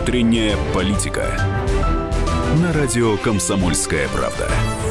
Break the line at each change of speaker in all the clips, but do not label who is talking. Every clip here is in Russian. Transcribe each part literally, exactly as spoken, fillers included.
Внутренняя политика. На радио «Комсомольская правда».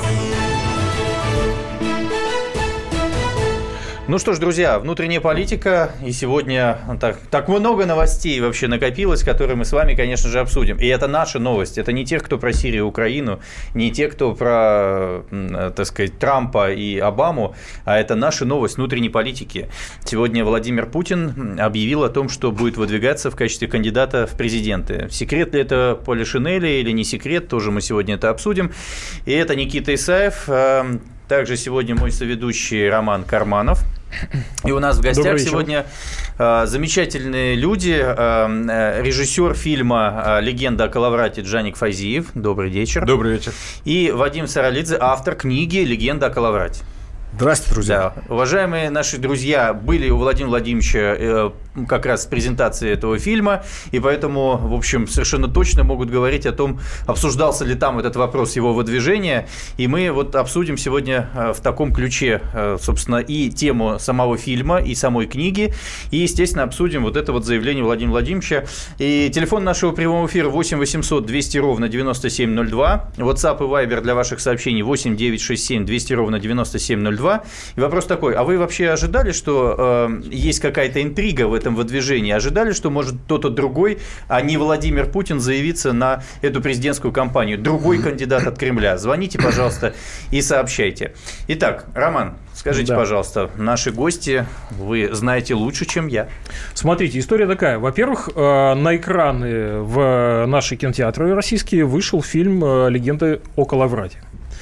Ну что ж, друзья, внутренняя политика, и сегодня так, так много новостей вообще накопилось, которые мы с вами, конечно же, обсудим. И это наша новость, это не тех, кто про Сирию и Украину, не те, кто про, так сказать, Трампа и Обаму, а это наша новость внутренней политики. Сегодня Владимир Путин объявил о том, что будет выдвигаться в качестве кандидата в президенты. Секрет ли это Полишинеля или не секрет, тоже мы сегодня это обсудим. И это Никита Исаев. Также сегодня мой соведущий Роман Карманов. И у нас в гостях сегодня э, замечательные люди. Э, режиссер фильма «Легенда о Калаврате» Джаник Файзиев. Добрый вечер.
Добрый вечер.
И Вадим Саралидзе, автор книги «Легенда о Калаврате».
Здравствуйте, друзья.
Да. Уважаемые наши друзья, были у Владимира Владимировича э, как раз презентации этого фильма, и поэтому, в общем, совершенно точно могут говорить о том, обсуждался ли там этот вопрос его выдвижения, и мы вот обсудим сегодня э, в таком ключе, э, собственно, и тему самого фильма, и самой книги, и, естественно, обсудим вот это вот заявление Владимира Владимировича. И телефон нашего прямого эфира восемь восемьсот двести ровно девяносто семь ноль два, WhatsApp и Viber для ваших сообщений восемь девятьсот шестьдесят семь двести ровно девяносто семь ноль два. И вопрос такой, а вы вообще ожидали, что э, есть какая-то интрига в этом выдвижении? Ожидали, что может кто-то другой, а не Владимир Путин, заявиться на эту президентскую кампанию? Другой кандидат от Кремля? Звоните, пожалуйста, и сообщайте. Итак, Роман, скажите, да. пожалуйста, наши гости, вы знаете лучше, чем я.
Смотрите, история такая. Во-первых, на экраны в наши кинотеатры российские вышел фильм «Легенда о Калаврате».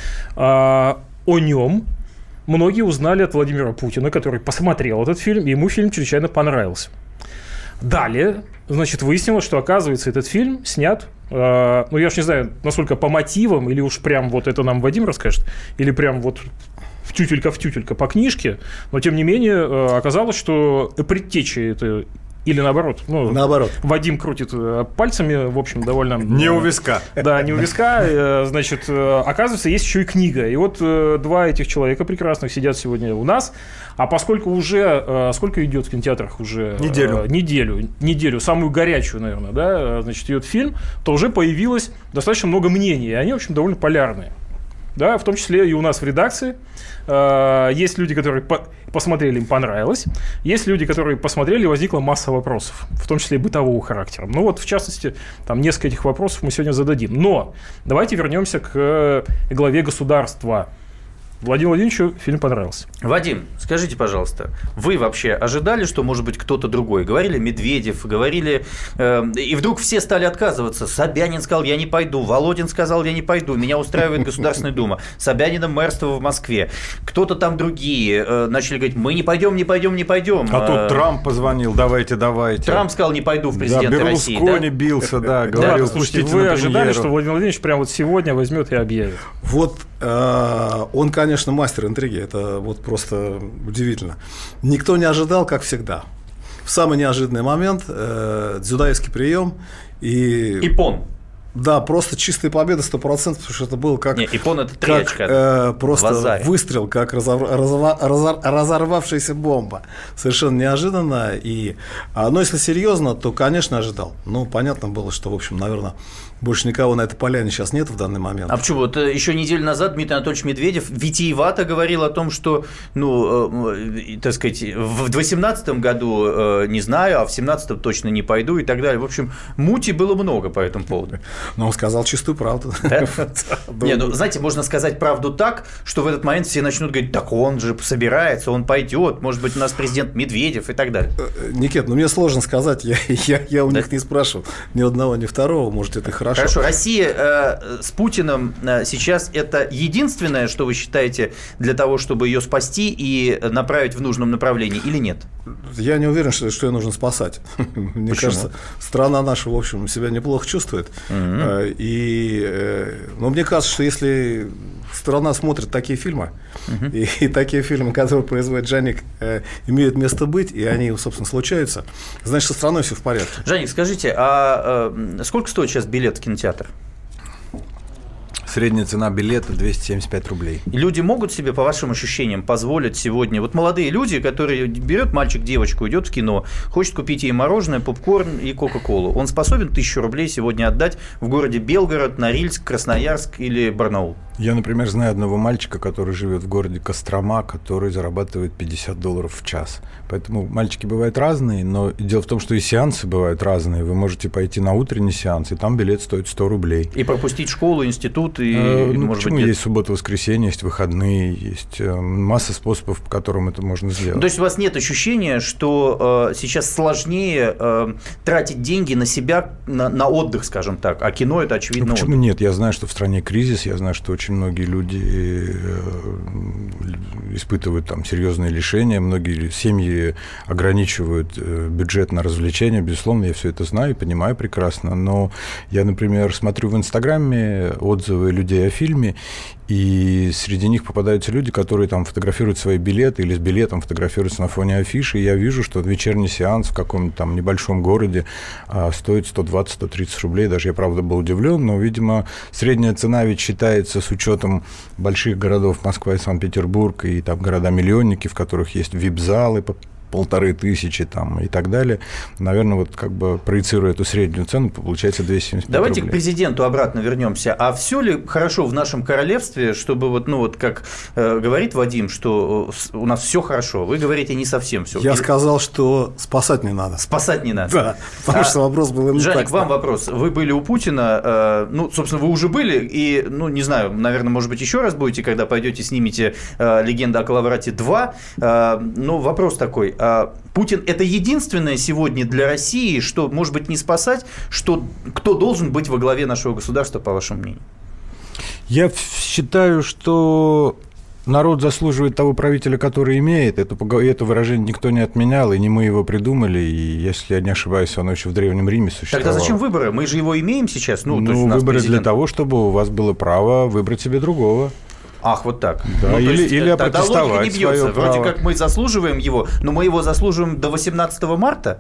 О нем многие узнали от Владимира Путина, который посмотрел этот фильм, и ему фильм чрезвычайно понравился. Далее, значит, выяснилось, что, оказывается, этот фильм снят, э, ну, я уж не знаю, насколько по мотивам, или уж прям вот это нам Вадим расскажет, или прям вот в тютелька в тютелька по книжке, но, тем не менее, э, оказалось, что предтеча это... Или наоборот. Ну,
наоборот.
Вадим крутит пальцами, в общем, довольно...
Не у виска.
Да, не у виска. Значит, оказывается, есть еще и книга. И вот два этих человека прекрасных сидят сегодня у нас. А поскольку уже... Сколько идет в кинотеатрах уже?
Неделю.
Неделю. Неделю. Самую горячую, наверное, да? Значит, идет фильм. То уже появилось достаточно много мнений. И они, в общем, довольно полярные. Да, в том числе и у нас в редакции. Есть люди, которые по- посмотрели, им понравилось. Есть люди, которые посмотрели, и возникла масса вопросов, в том числе и бытового характера. Ну вот, в частности, там несколько этих вопросов мы сегодня зададим. Но давайте вернемся к главе государства. Владимиру Владимировичу фильм понравился.
Вадим, скажите, пожалуйста, вы вообще ожидали, что может быть кто-то другой? Говорили Медведев, говорили... Э, и вдруг все стали отказываться. Собянин сказал, я не пойду. Володин сказал, я не пойду. Меня устраивает Государственная Дума. Собянина мэрство в Москве. Кто-то там другие э, начали говорить, мы не пойдем, не пойдем, не пойдем.
А тут Трамп позвонил, давайте, давайте.
Трамп сказал, не пойду в президенты
да,
России.
Берлускони да? бился, да, говорил,
да, слушайте, вы ожидали, что Владимир Владимирович прямо вот сегодня возьмет и объявит?
Вот э, он, конечно, Конечно, мастер интриги, это вот просто удивительно. Никто не ожидал, как всегда. В самый неожиданный момент э, дзюдоевский прием и...
Иппон.
Да, просто чистая победа сто процентов, потому что это было как...
Не, Иппон – это три
как,
очка.
Э, просто выстрел, как разор, разор, разор, разорвавшаяся бомба. Совершенно неожиданно. И, но если серьезно, то, конечно, ожидал. Ну, понятно было, что, в общем, наверное, больше никого на этой поляне сейчас нет в данный момент.
А почему? Вот еще неделю назад Дмитрий Анатольевич Медведев витиевато говорил о том, что, ну, э, так сказать, в две тысячи восемнадцатом году э, не знаю, а в две тысячи семнадцатом точно не пойду и так далее. В общем, мути было много по этому поводу.
Но он сказал чистую правду.
Не, ну, знаете, можно сказать правду так, что в этот момент все начнут говорить, так он же собирается, он пойдет, может быть, у нас президент Медведев и так далее.
Никит, ну мне сложно сказать, я, я, я у да? них не спрашивал ни одного, ни второго, может, это и хорошо.
Хорошо, Россия э, с Путиным э, сейчас это единственное, что вы считаете для того, чтобы ее спасти и направить в нужном направлении, или нет?
Я не уверен, что, что ее нужно спасать. Мне
Почему?
кажется, страна наша, в общем, себя неплохо чувствует. Mm-hmm. И, но мне кажется, что если страна смотрит такие фильмы, mm-hmm. и, и такие фильмы, которые производит Джаник, э, имеют место быть, и они, собственно, случаются, значит, со страной все в порядке.
Джаник, скажите, а э, сколько стоит сейчас билет в кинотеатр?
Средняя цена билета двести семьдесят пять рублей.
Люди могут себе, по вашим ощущениям, позволить сегодня... Вот молодые люди, которые берет мальчик девочку, идет в кино, хочет купить ей мороженое, попкорн и кока-колу. Он способен тысячу рублей сегодня отдать в городе Белгород, Норильск, Красноярск или Барнаул?
Я, например, знаю одного мальчика, который живет в городе Кострома, который зарабатывает пятьдесят долларов в час. Поэтому мальчики бывают разные, но дело в том, что и сеансы бывают разные. Вы можете пойти на утренний сеанс, и там билет стоит сто рублей.
И пропустить школу, институт, и,
э, ну,
может
почему?
быть,
Есть суббота-воскресенье, есть выходные, есть э, масса способов, по которым это можно сделать.
То есть у вас нет ощущения, что э, сейчас сложнее э, тратить деньги на себя, на, на отдых, скажем так, а кино – это очевидно
ну, почему
отдых?
Нет? Я знаю, что в стране кризис, я знаю, что очень многие люди испытывают там серьезные лишения, многие семьи ограничивают бюджет на развлечения, безусловно, я все это знаю и понимаю прекрасно, но я, например, смотрю в Инстаграме отзывы людей о фильме, и среди них попадаются люди, которые там фотографируют свои билеты или с билетом фотографируются на фоне афиши, и я вижу, что вечерний сеанс в каком-то там небольшом городе а, стоит сто двадцать - сто тридцать рублей, даже я, правда, был удивлен, но, видимо, средняя цена ведь считается с учетом больших городов Москва и Санкт-Петербург, и там города-миллионники, в которых есть вип-залы, полторы тысячи там и так далее. Наверное, вот как бы проецируя эту среднюю цену, получается двести семьдесят пять
Давайте
рублей.
к президенту обратно вернемся. А все ли хорошо в нашем королевстве, чтобы вот, ну вот как э, говорит Вадим, что у нас все хорошо? Вы говорите, не совсем все.
Я сказал, что спасать не надо.
Спасать не надо.
Да, потому
а,
что вопрос был именно
Жаник,
так.
вам вопрос. Вы были у Путина, э, ну, собственно, вы уже были, и, ну, не знаю, наверное, может быть, еще раз будете, когда пойдете, снимете э, «Легенда о Коловрате два». Э, но вопрос такой. Э, Путин – это единственное сегодня для России, что, может быть, не спасать, что, кто должен быть во главе нашего государства, по вашему мнению?
Я считаю, что народ заслуживает того правителя, который имеет. Это, это выражение никто не отменял, и не мы его придумали. И, если я не ошибаюсь, оно еще в Древнем Риме существовало.
Тогда зачем выборы? Мы же его имеем сейчас. Ну,
ну
то есть у нас
выборы
президент...
для того, чтобы у вас было право выбрать себе другого.
Ах, вот так.
Да,
ну,
или,
есть,
или опротестовать
логика не бьется.
свое
Вроде
право.
как мы заслуживаем его, но мы его заслуживаем до восемнадцатого марта?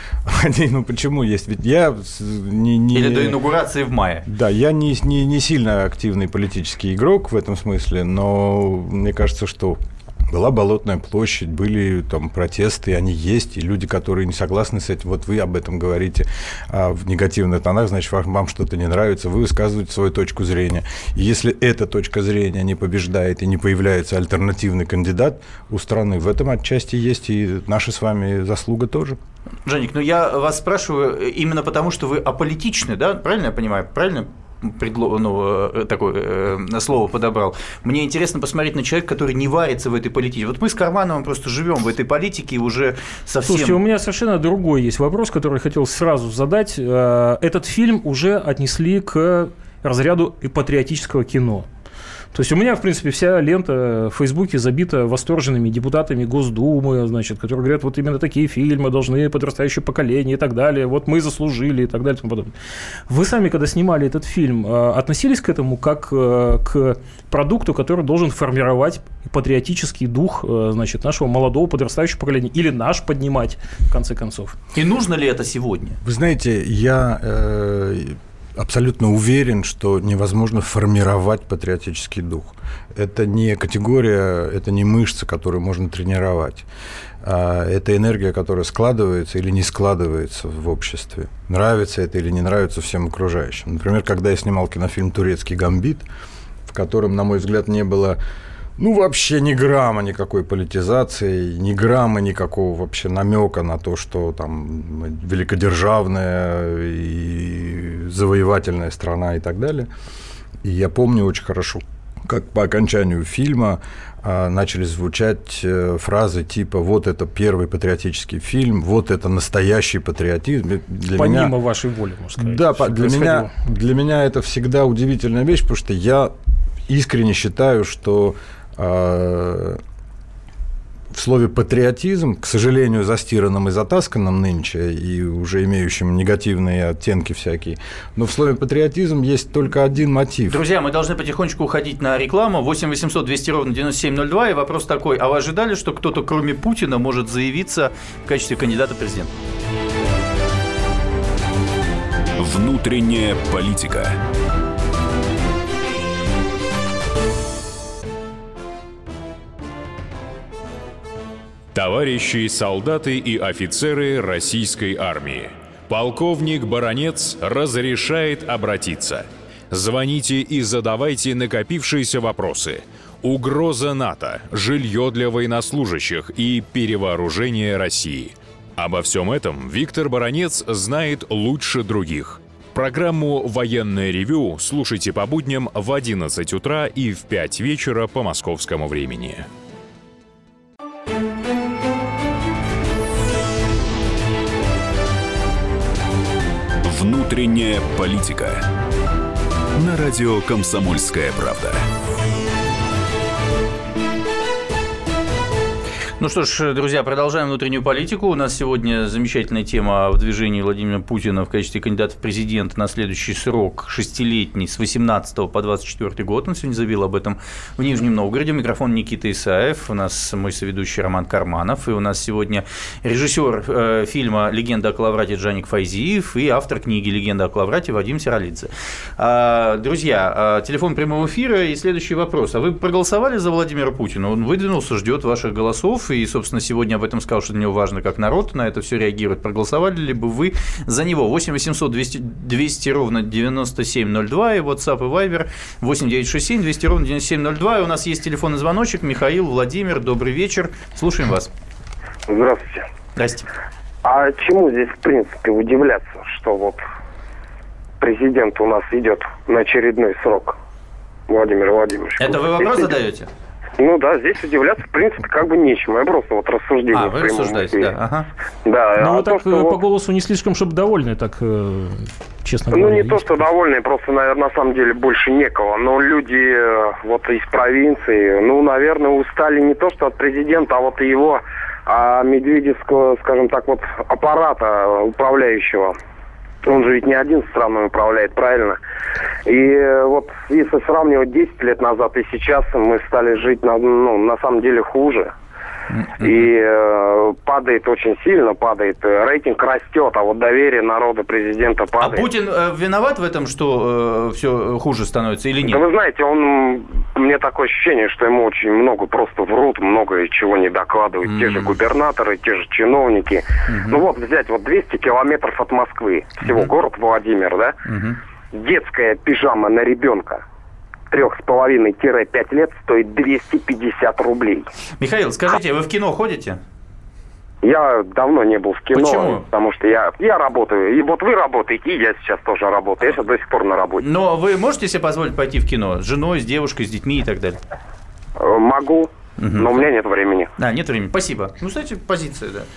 Ну почему есть? Ведь я не, не...
Или до инаугурации в мае?
Да, я не, не, не сильно активный политический игрок в этом смысле, но мне кажется, что была Болотная площадь, были там протесты, они есть, и люди, которые не согласны с этим, вот вы об этом говорите а в негативных тонах, значит, вам, вам что-то не нравится, вы высказываете свою точку зрения. И если эта точка зрения не побеждает и не появляется альтернативный кандидат у страны, в этом отчасти есть и наша с вами заслуга тоже.
Жаник, ну я вас спрашиваю именно потому, что вы аполитичны, да? Правильно я понимаю? Правильно? Предло... Ну, такое э, слово подобрал. Мне интересно посмотреть на человека, который не варится в этой политике. Вот мы с Кармановым просто живем в этой политике и уже совсем...
Слушайте, у меня совершенно другой есть вопрос, который я хотел сразу задать. Этот фильм уже отнесли к разряду патриотического кино. То есть у меня, в принципе, вся лента в Фейсбуке забита восторженными депутатами Госдумы, значит, которые говорят, вот именно такие фильмы должны подрастающее поколение и так далее, вот мы заслужили и так далее и тому подобное. Вы сами, когда снимали этот фильм, относились к этому как к продукту, который должен формировать патриотический дух, значит, нашего молодого подрастающего поколения или наш поднимать, в конце концов?
И нужно ли это сегодня?
Вы знаете, я... Э... абсолютно уверен, что невозможно формировать патриотический дух. Это не категория, это не мышцы, которые можно тренировать. Это энергия, которая складывается или не складывается в обществе. Нравится это или не нравится всем окружающим. Например, когда я снимал кинофильм «Турецкий гамбит», в котором, на мой взгляд, не было... Ну, вообще ни грамма никакой политизации, ни грамма никакого вообще намека на то, что там великодержавная и завоевательная страна и так далее. И я помню очень хорошо, как по окончанию фильма а, начали звучать а, фразы типа «вот это первый патриотический фильм», «вот это настоящий патриотизм». Для
Помимо
меня,
вашей воли, можно сказать.
Да, для меня, для меня это всегда удивительная вещь, потому что я искренне считаю, что в слове «патриотизм», к сожалению, застиранном и затасканном нынче, и уже имеющем негативные оттенки всякие, но в слове «патриотизм» есть только один мотив.
Друзья, мы должны потихонечку уходить на рекламу. восемь восемьсот двести ровно девяносто семь ноль два. И вопрос такой, а вы ожидали, что кто-то, кроме Путина, может заявиться в качестве кандидата в президента?
Внутренняя политика. Товарищи солдаты и офицеры российской армии, полковник Баранец разрешает обратиться. Звоните и задавайте накопившиеся вопросы. Угроза НАТО, жилье для военнослужащих и перевооружение России. Обо всем этом Виктор Баранец знает лучше других. Программу «Военное ревю» слушайте по будням в одиннадцать утра и в пять вечера по московскому времени. Внутренняя политика. На радио «Комсомольская правда».
Ну что ж, друзья, продолжаем внутреннюю политику. У нас сегодня замечательная тема о выдвижении Владимира Путина в качестве кандидата в президенты на следующий срок, шестилетний, с восемнадцатого по двадцать четвёртый год. Он сегодня заявил об этом в Нижнем Новгороде. Микрофон Никита Исаев, у нас мой соведущий Роман Карманов, и у нас сегодня режиссер э, фильма «Легенда о Калаврате» Джаник Файзиев и автор книги «Легенда о Калаврате» Вадим Сиролидзе. А, друзья, а, телефон прямого эфира и следующий вопрос. А вы проголосовали за Владимира Путина? Он выдвинулся, ждет ваших голосов. И, собственно, сегодня об этом сказал, что для него важно, как народ на это все реагирует. Проголосовали ли бы вы за него? восемь восемьсот двести ровно девяносто семь ноль два и WhatsApp и Viber восемь девятьсот шестьдесят семь двести ровно девяносто семь ноль два. И у нас есть телефонный звоночек. Михаил, Владимир, добрый вечер. Слушаем вас.
Здравствуйте.
Здрасте.
А чему здесь, в принципе, удивляться, что вот президент у нас идет на очередной срок, Владимир Владимирович?
Это вы вопрос
Если...
задаете?
Ну да, здесь удивляться, в принципе, как бы нечему. Я просто вот рассуждение.
А, вы рассуждаете, да. Ага.
Да.
Ну,
а
вы
то,
так
что
по
вот...
голосу не слишком, чтобы довольны, так, э, честно
Ну,
говоря.
не то,
есть.
что довольны, просто, наверное, на самом деле больше некого. Но люди вот из провинции, ну, наверное, устали не то, что от президента, а вот и его а медведевского, скажем так, вот аппарата управляющего. Он же ведь не один страной управляет, правильно? И вот если сравнивать десять лет назад и сейчас, мы стали жить, на, ну, на самом деле хуже. И э, падает очень сильно, падает. Рейтинг растет, а вот доверие народа президента падает.
А Путин э, виноват в этом, что э, все хуже становится или нет?
Да вы знаете, он, мне такое ощущение, что ему очень много просто врут, много чего не докладывают. Mm-hmm. Те же губернаторы, те же чиновники. Mm-hmm. Ну вот взять вот двести километров от Москвы, всего mm-hmm. город Владимир, да? Mm-hmm. Детская пижама на ребенка трех с половиной - пять лет стоит двести пятьдесят рублей.
Михаил, скажите, вы в кино ходите?
Я давно не был в кино.
Почему?
Потому что я, я работаю. И вот вы работаете, и я сейчас тоже работаю. Я сейчас до сих пор на работе.
Но вы можете себе позволить пойти в кино с женой, с девушкой, с детьми и так далее?
Могу, угу. но у меня нет времени.
А, нет времени. Спасибо. Ну, кстати, позиция, да.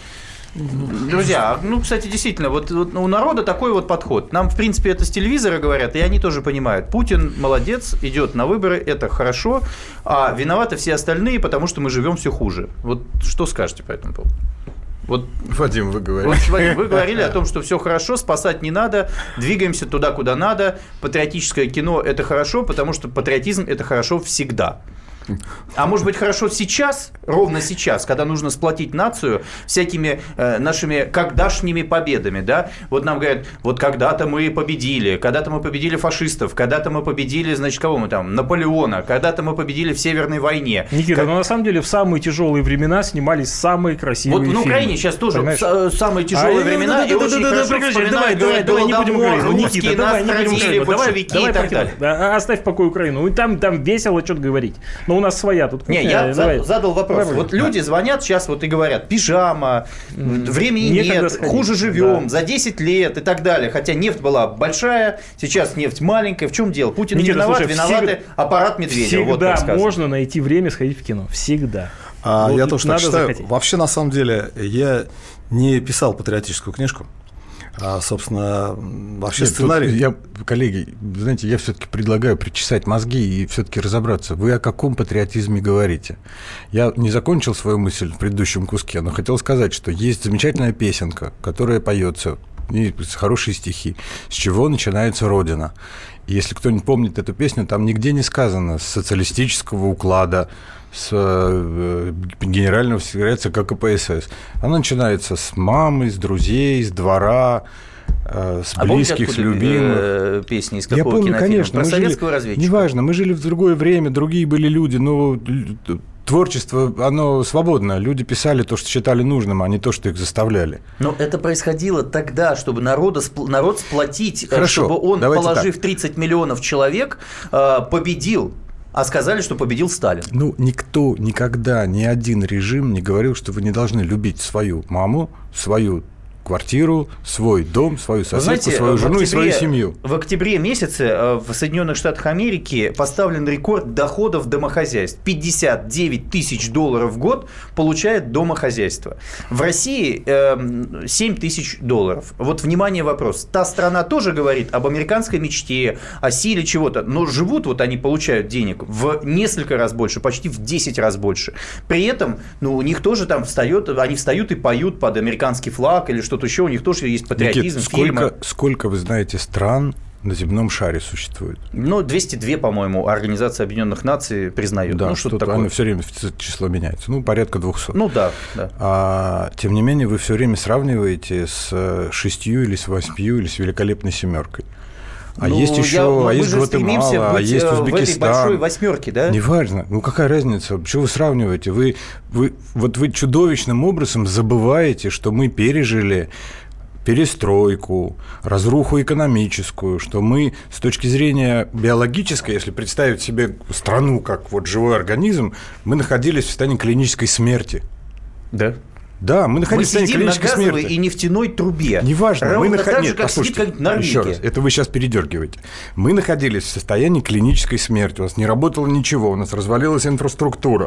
Друзья, ну, кстати, действительно, вот, вот у народа такой вот подход. Нам, в принципе, это с телевизора говорят, и они тоже понимают. Путин молодец, идет на выборы, это хорошо, а виноваты все остальные, потому что мы живем все хуже. Вот что скажете по этому поводу? Вот,
Вадим, вы говорили.
Вот, Вадим, вы говорили о том, что все хорошо, спасать не надо, двигаемся туда, куда надо. Патриотическое кино – это хорошо, потому что патриотизм – это хорошо всегда. А может быть, хорошо сейчас, ровно сейчас, когда нужно сплотить нацию всякими э, нашими когдашними победами, да? Вот нам говорят, вот когда-то мы победили, когда-то мы победили фашистов, когда-то мы победили, значит, кого мы там, Наполеона, когда-то мы победили в Северной войне.
Никита,
как...
но на самом деле в самые тяжелые времена снимались самые красивые
вот
фильмы.
Вот на Украине сейчас тоже с- самые тяжелые
а,
времена,
да,
и
да,
очень
да,
хорошо
да,
вспоминают,
давай,
говорят,
давай, не будем
Голодомор,
говорить.
русские,
Никита,
нас
давай, не будем
родили,
говорить.
большевики
давай,
и так
давай,
далее.
Да, оставь в покое Украину. Ну, там, там весело что-то говорить. Но у нас своя тут кухня.
Не, я
давай.
задал вопрос.
Давай.
Вот люди звонят сейчас вот и говорят, пижама, времени
Некогда
нет,
сходить.
хуже живем,
Да.
за десять лет и так далее. Хотя нефть была большая, сейчас нефть маленькая. В чем дело? Путин
Никита,
виноват,
слушай,
виноваты
всег...
аппарат Медведева. Вот
Всегда
как сказано.
можно найти время сходить в кино. Всегда.
А,
Вот
я тоже так считаю.
захотеть.
Вообще, на самом деле, я не писал патриотическую книжку. А, собственно, вообще
Нет,
сценарий...
Я, коллеги, знаете, я все-таки предлагаю причесать мозги и все-таки разобраться. Вы о каком патриотизме говорите? Я не закончил свою мысль в предыдущем куске, но хотел сказать, что есть замечательная песенка, которая поется, и хорошие стихи, с чего начинается Родина. И если кто-нибудь помнит эту песню, там нигде не сказано с социалистического уклада, с э, генерального секретаря ЦК КПСС. Она начинается с мамы, с друзей, с двора, э, с
А
близких,
помните,
с любимых.
э, песни из какого
Я помню,
кинофильма?
конечно.
Про
мы
советского
жили,
разведчика.
неважно, мы жили в другое время, другие были люди, но творчество, оно свободно. Люди писали то, что считали нужным, а не то, что их заставляли.
Но это происходило тогда, чтобы народа, народ сплотить,
Хорошо,
чтобы он, положив
так.
тридцать миллионов человек, победил. А сказали, что победил Сталин.
Ну, никто никогда, ни один режим не говорил, что вы не должны любить свою маму, свою квартиру, свой дом, свою соседку,
знаете,
свою жену
октябре,
и свою семью.
В октябре месяце в Соединенных Штатах Америки поставлен рекорд доходов домохозяйств. пятьдесят девять тысяч долларов в год получает домохозяйство. В России э, семь тысяч долларов. Вот, внимание, вопрос. Та страна тоже говорит об американской мечте, о силе чего-то, но живут, вот они получают денег в несколько раз больше, почти в десять раз больше. При этом, ну, у них тоже там встает, они встают и поют под американский флаг или что-то еще, у них тоже есть патриотизм,
Никит,
фильмы.
сколько, сколько, вы знаете, стран на земном шаре существует?
Ну, двести два, по-моему, Организация Объединенных Наций признает.
Да,
ну, что-то,
что-то
такое.
оно все время число меняется. Ну, порядка двухсот.
Ну, да, да.
А, тем не менее, вы все время сравниваете с шестью или с восьмью или с великолепной семеркой. А ну, есть еще, я, а есть Гватемала, а есть Узбекистан.
В этой большой восьмерке, да?
Неважно. Ну, какая разница? Почему вы сравниваете? Вы, вы, вот вы чудовищным образом забываете, что мы пережили перестройку, разруху экономическую, что мы с точки зрения биологической, если представить себе страну как вот живой организм, мы находились в состоянии клинической смерти.
Да.
Да, мы находились
мы
в состоянии клинической смерти. Мы сидим на газовой
и нефтяной трубе.
Неважно.
Ровно
мы нах...
так
Нет,
же, как
послушайте,
сидит Норвегия.
Еще раз, это вы сейчас передергиваете. Мы находились в состоянии клинической смерти. У нас не работало ничего, у нас развалилась инфраструктура.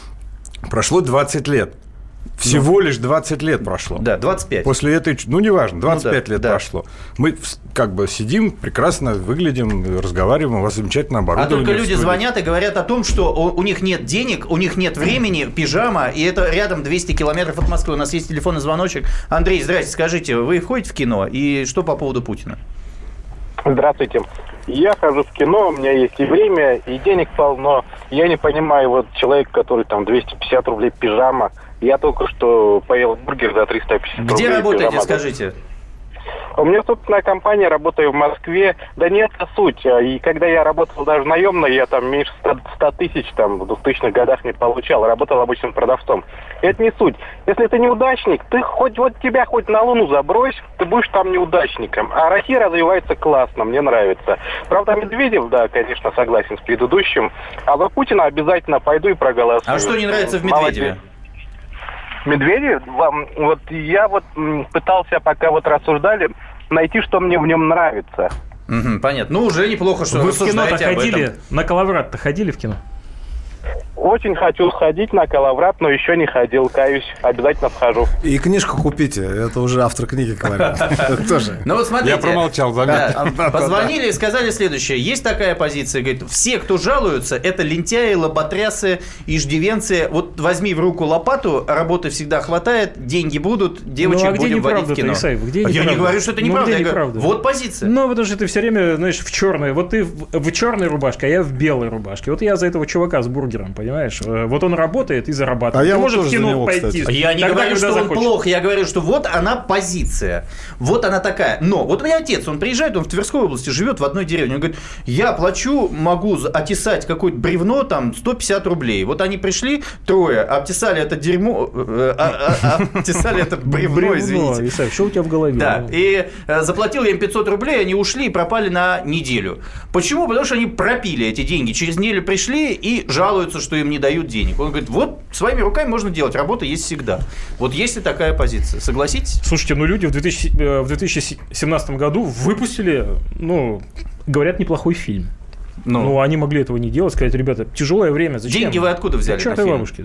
Прошло двадцать лет. Всего ну, лишь двадцать лет прошло.
Да, двадцать пять.
После этой, ну, неважно, двадцать пять ну, да, лет
да.
прошло. Мы как бы сидим, прекрасно выглядим, разговариваем, у вас замечательно оборудование.
А только люди звонят и говорят о том, что у них нет денег, у них нет времени, пижама, и это рядом двести километров от Москвы. У нас есть телефонный звоночек. Андрей, здрасте, скажите, вы ходите в кино? И что по поводу Путина?
Здравствуйте. Я хожу в кино, у меня есть и время, и денег полно. Я не понимаю, вот человек, который там двести пятьдесят рублей пижама. Я только что поел бургер за триста пятьдесят рублей.
Где работаете, скажите?
У меня собственная компания, работаю в Москве. Да нет, это суть. И когда я работал даже наемно, я там меньше ста тысяч там, в двухтысячных годах не получал. Работал обычным продавцом. Это не суть. Если ты неудачник, ты хоть вот тебя хоть на Луну забрось, ты будешь там неудачником. А Россия развивается классно, мне нравится. Правда, Медведев, да, конечно, согласен с предыдущим. А за Путина обязательно пойду и проголосую.
А что не нравится в Медведеве?
Молодец. Медведев, вот я вот пытался, пока вот рассуждали, найти, что мне в нем нравится.
Угу, понятно. Ну, уже неплохо, что
вы
вы
в кино-то ходили,
этом.
На Калаврат-то ходили в кино?
Очень хочу сходить на Калаврат, но еще не ходил, каюсь. Обязательно схожу.
И книжку купите, это уже автор книги говорит. Тоже.
Ну вот смотрите.
Я промолчал, заметьте.
Позвонили и сказали следующее. Есть такая позиция, говорит, все, кто жалуются, это лентяи, лоботрясы, иждивенцы. Вот возьми в руку лопату, работы всегда хватает, деньги будут, девочек будем водить в кино. Я не говорю, что это неправда. Я говорю, вот позиция.
Ну, потому что ты все время, знаешь, в черной. Вот ты в черной рубашке, а я в белой рубашке. Вот я за этого чувака с бургером, понимаешь? Вот он работает и зарабатывает.
А
ты
я
можешь
вот
в кино
него,
пойти.
кстати.
Я не
тогда,
говорю, что он
захочешь.
плох, я говорю, что вот она позиция. Вот она такая. Но вот у меня отец, он приезжает, он в Тверской области живет в одной деревне. Он говорит, я плачу, могу отесать какое-то бревно, там, сто пятьдесят рублей. Вот они пришли, трое, обтесали это дерьмо, обтесали это бревно, извините.
Исаев, что у тебя в голове?
Да, и заплатил я им пятьсот рублей, они ушли и пропали на неделю. Почему? Потому что они пропили эти деньги. Через неделю пришли и жалуются, что им не дают денег. Он говорит, вот своими руками можно делать, работа есть всегда. Вот есть ли такая позиция? Согласитесь?
Слушайте, ну люди в две тысячи семнадцатом году выпустили, ну, говорят, неплохой фильм. Ну, ну они могли этого не делать, сказать, ребята, тяжелое время, зачем?
Деньги вы откуда взяли?
Чёрт и бабушки.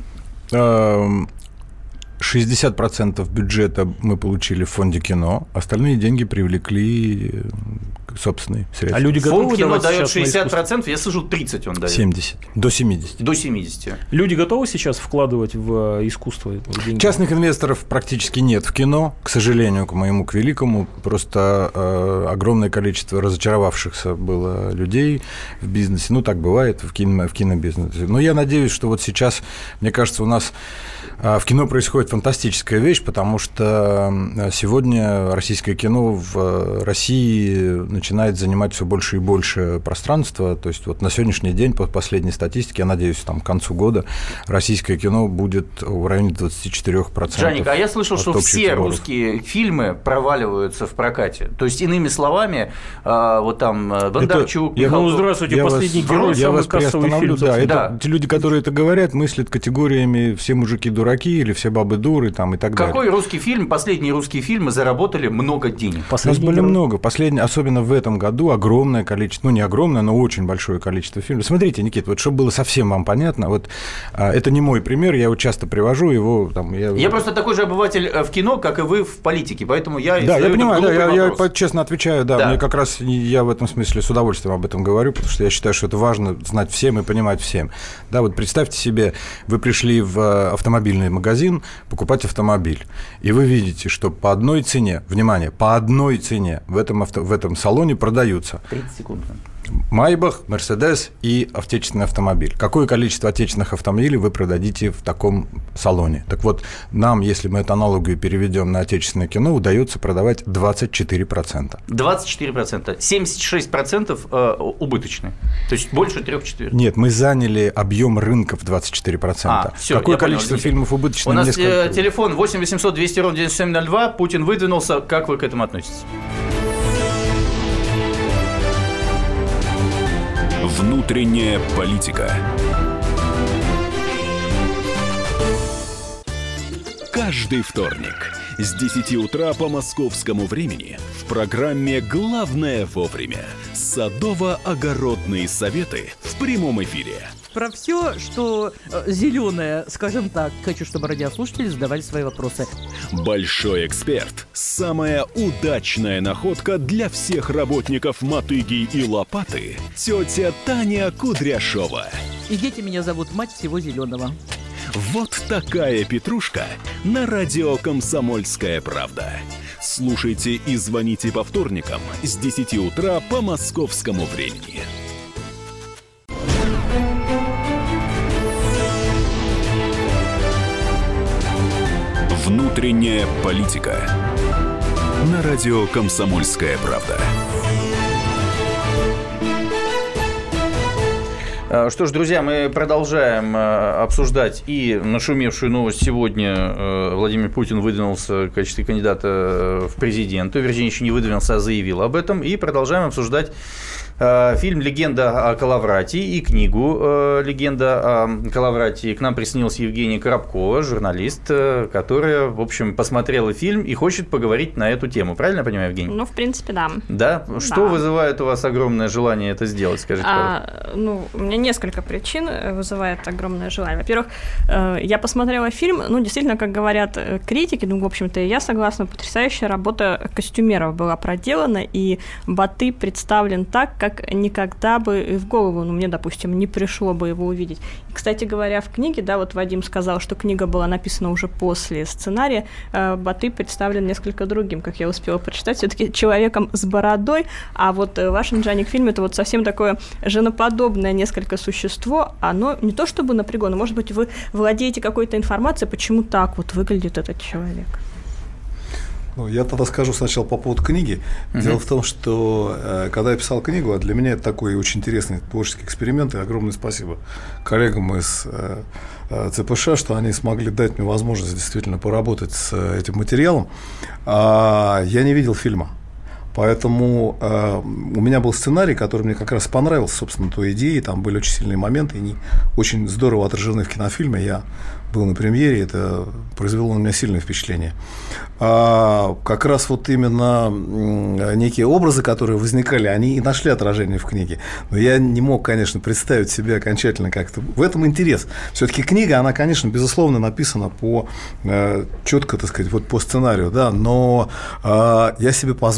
шестьдесят процентов бюджета мы получили в фонде кино, остальные деньги привлекли собственные средства.
А люди готовы
Фонд кино дает
шестьдесят
процентов, процентов, я слышу, тридцать он дает.
семьдесят. До семидесяти.
До семидесяти.
Люди готовы сейчас вкладывать в искусство деньги?
Частных инвесторов практически нет в кино, к сожалению, к моему, к великому. Просто э, огромное количество разочаровавшихся было людей в бизнесе. Ну, так бывает в, кино, в кинобизнесе. Но я надеюсь, что вот сейчас, мне кажется, у нас В кино происходит фантастическая вещь, потому что сегодня российское кино в России начинает занимать все больше и больше пространства. То есть вот на сегодняшний день, по последней статистике, я надеюсь, там, к концу года российское кино будет в районе двадцать четыре процента.
Жаник, а я слышал, что все сборов. Русские фильмы проваливаются в прокате. То есть, иными словами, вот там Бондарчук,
это, Михалков... Ну, здравствуйте, я «Последний вас, герой»,
я вас
кассовый фильм.
Да, это, да. Те люди, которые это говорят, мыслят категориями «все мужики дураки» или «все бабы дуры» там, и так
Какой
далее.
Какой русский фильм, последние русские фильмы заработали много денег?
У нас были много. Последний, особенно в этом году, огромное количество, ну не огромное, но очень большое количество фильмов. Смотрите, Никит, вот чтобы было совсем вам понятно, вот а, это не мой пример, я его часто привожу, его там... Я,
я просто такой же обыватель в кино, как и вы в политике, поэтому я...
Да, я понимаю, да, я, я честно отвечаю, да, да, мне как раз я в этом смысле с удовольствием об этом говорю, потому что я считаю, что это важно знать всем и понимать всем. Да, вот представьте себе, вы пришли в автомобильный магазин покупать автомобиль, и вы видите, что по одной цене, внимание, по одной цене в этом, авто, в этом салоне продаются
тридцать секунд.
Майбах, Мерседес и отечественный автомобиль. Какое количество отечественных автомобилей вы продадите в таком салоне? Так вот, нам, если мы эту аналогию переведем на отечественное кино, удается продавать двадцать четыре процента.
двадцать четыре процента. семьдесят шесть процентов убыточные. То есть больше трех четвертей.
Нет, мы заняли объем рынка в двадцать четыре процента.
А, всё,
какое количество понял. Фильмов убыточных?
У нас несколько... телефон восемь восемьсот двести ровно девяносто семь ноль два. Путин выдвинулся. Как вы к этому относитесь?
Внутренняя политика. Каждый вторник с десяти утра по московскому времени в программе «Главное вовремя» садово-огородные советы в прямом эфире.
Про все, что зеленое, скажем так, хочу, чтобы радиослушатели задавали свои вопросы.
Большой эксперт. Самая удачная находка для всех работников мотыги и лопаты. Тетя Таня Кудряшова.
И дети меня зовут мать всего зеленого.
Вот такая петрушка на радио «Комсомольская правда». Слушайте и звоните по вторникам с десяти утра по московскому времени. Внутренняя политика. На радио «Комсомольская правда».
Что ж, друзья, мы продолжаем обсуждать и нашумевшую новость сегодня. Владимир Путин выдвинулся в качестве кандидата в президенты. Вернее, еще не выдвинулся, а заявил об этом. И продолжаем обсуждать фильм «Легенда о Калаврате» и книгу «Легенда о Калаврате». К нам присоединилась Евгения Коробкова, журналист, которая, в общем, посмотрела фильм и хочет поговорить на эту тему. Правильно я понимаю, Евгения?
Ну, в принципе, да.
Да? Что
да.
вызывает у вас огромное желание это сделать? Скажите,
а, ну, у меня несколько причин вызывает огромное желание. Во-первых, я посмотрела фильм, ну, действительно, как говорят критики, ну, в общем-то, я согласна, потрясающая работа костюмеров была проделана, и Батый представлен так, как как никогда бы в голову, ну, мне, допустим, не пришло бы его увидеть. И, кстати говоря, в книге, да, вот Вадим сказал, что книга была написана уже после сценария, Батый представлен несколько другим, как я успела прочитать, все-таки человеком с бородой, а вот в вашем, Джаник, фильме это вот совсем такое женоподобное несколько существо, оно не то чтобы напрягло, но, может быть, вы владеете какой-то информацией, почему так вот выглядит этот человек.
Ну, я тогда скажу сначала по поводу книги. Uh-huh. Дело в том, что э, когда я писал книгу, а для меня это такой очень интересный творческий эксперимент, и огромное спасибо коллегам из э, э, ЦПШ, что они смогли дать мне возможность действительно поработать с э, этим материалом. А, я не видел фильма. Поэтому э, у меня был сценарий, который мне как раз понравился, собственно, той идеей. Там были очень сильные моменты, и они очень здорово отражены в кинофильме. Я был на премьере, это произвело на меня сильное впечатление. А как раз вот именно некие образы, которые возникали, они и нашли отражение в книге. Но я не мог, конечно, представить себе окончательно как-то. В этом интерес. Все-таки книга, она, конечно, безусловно, написана по четко, так сказать, вот по сценарию, да, но а, я себе позволил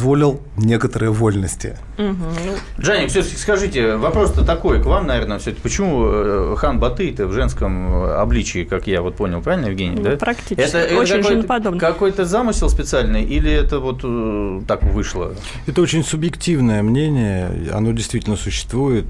некоторые вольности.
Угу.
Джаник, все-таки скажите, вопрос-то такой к вам, наверное, все-таки, почему хан Батый-то в женском обличии, как я вот понял, правильно, Евгений?
Ну,
да?
практически.
Это,
очень
это
женоподобно.
какой-то, какой-то замысел специальный или это вот так вышло?
Это очень субъективное мнение, оно действительно существует,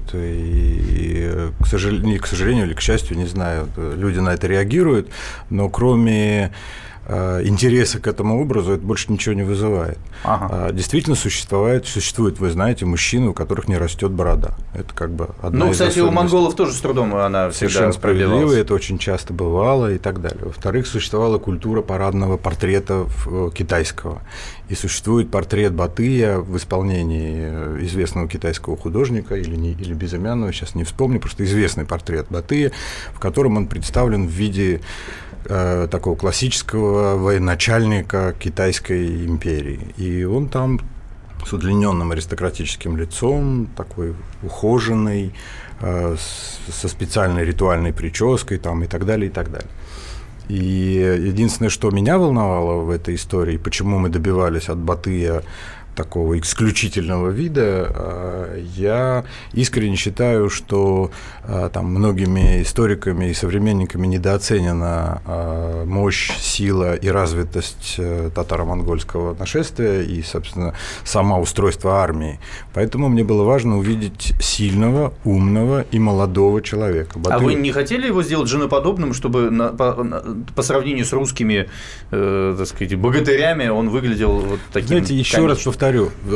и, к сожалению, к сожалению или к счастью, не знаю, люди на это реагируют, но кроме интереса к этому образу это больше ничего не вызывает. Ага. Действительно существует, существует, вы знаете, мужчины, у которых не растет борода. Это как бы одна
ну,
из
кстати, у монголов тоже с трудом она
совершенно
всегда
справедливо, это очень часто бывало и так далее. Во-вторых, существовала культура парадного портрета китайского. И существует портрет Батыя в исполнении известного китайского художника или, не, или безымянного, сейчас не вспомню, просто известный портрет Батыя, в котором он представлен в виде э, такого классического военачальника Китайской империи. И он там с удлиненным аристократическим лицом, такой ухоженный, э, с, со специальной ритуальной прической там, и так далее, и так далее. И единственное, что меня волновало в этой истории, почему мы добивались от Батыя такого исключительного вида, я искренне считаю, что там многими историками и современниками недооценена мощь, сила и развитость татаро-монгольского нашествия и, собственно, само устройство армии. Поэтому мне было важно увидеть сильного, умного и молодого человека. Батый...
А вы не хотели его сделать женоподобным, чтобы на, по, на, по сравнению с русскими, э, так сказать, богатырями он выглядел вот таким?
Знаете, еще
конечным.
раз повторю,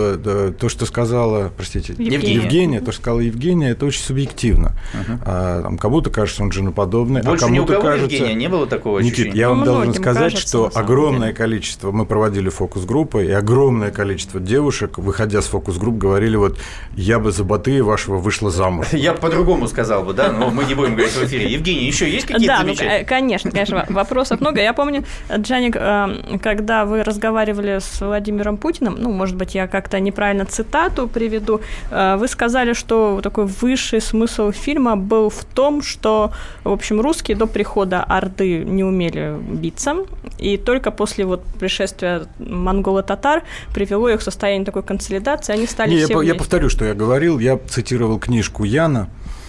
то, что сказала, простите,
Евгения,
Евгения то, что сказала Евгения, это очень субъективно. Uh-huh. А, там, кому-то кажется, он женоподобный,
больше
а кому-то
ни у кого,
кажется...
Евгения, не было такого ощущения?
Никит, я вам
ну,
должен сказать,
кажется,
что огромное
деле.
количество, мы проводили фокус-группы, и огромное количество девушек, выходя с фокус-групп, говорили, вот, я бы за Батыя вашего вышла замуж.
Я по-другому сказал бы, да, но мы не будем говорить в эфире. Евгений, еще есть какие-то замечания?
Да, ну, конечно, конечно, вопросов много. Я помню, Джаник, когда вы разговаривали с Владимиром Путиным, ну, может быть, я как-то неправильно цитату приведу, вы сказали, что такой высший смысл фильма был в том, что, в общем, русские до прихода Орды не умели биться, и только после вот пришествия монголо-татар привело их в состояние такой консолидации, они стали
Не,
все
я,
вместе.
я повторю, что я говорил, я цитировал книжку Яна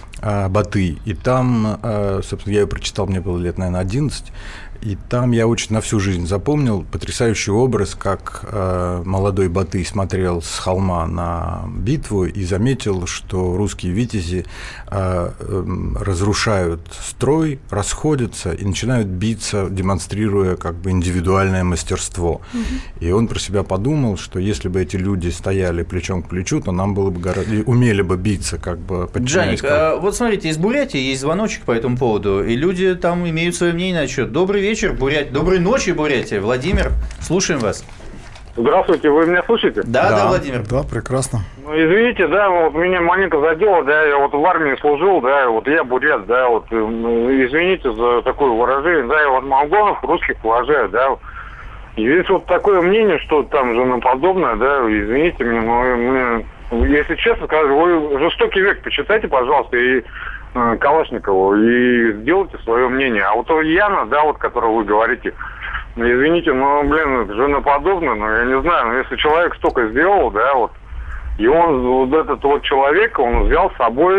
Батый, и там, собственно, я ее прочитал, мне было лет, наверное, одиннадцать, и там я очень на всю жизнь запомнил потрясающий образ, как э, молодой Батый смотрел с холма на битву и заметил, что русские витязи э, э, разрушают строй, расходятся и начинают биться, демонстрируя как бы индивидуальное мастерство. Угу. И он про себя подумал, что если бы эти люди стояли плечом к плечу, то нам было бы гораздо... умели бы биться, как бы подчиняясь.
Джаник, а, вот смотрите, из Бурятии есть звоночек по этому поводу, и люди там имеют свое мнение на счет. Добрый вечер, Бурятия. Доброй ночи, Бурятия. Владимир, слушаем вас.
Здравствуйте, вы меня слушаете?
Да, да, да, Владимир.
Да, прекрасно.
Ну, извините, да, вот меня маленько задело, да, я вот в армии служил, да, вот я бурят, да, вот, извините за такое выражение, да, я вот монголов русских уважаю, да. И есть вот такое мнение, что там женоподобное, да, извините меня, но, если честно скажу, вы «Жестокий век» почитайте, пожалуйста, и Калашникову, и сделайте свое мнение. А вот у Яна, да, вот, которого вы говорите, ну, извините, ну, блин, это женоподобно, ну, я не знаю, но если человек столько сделал, да, вот, и он, вот этот вот человек, он взял с собой,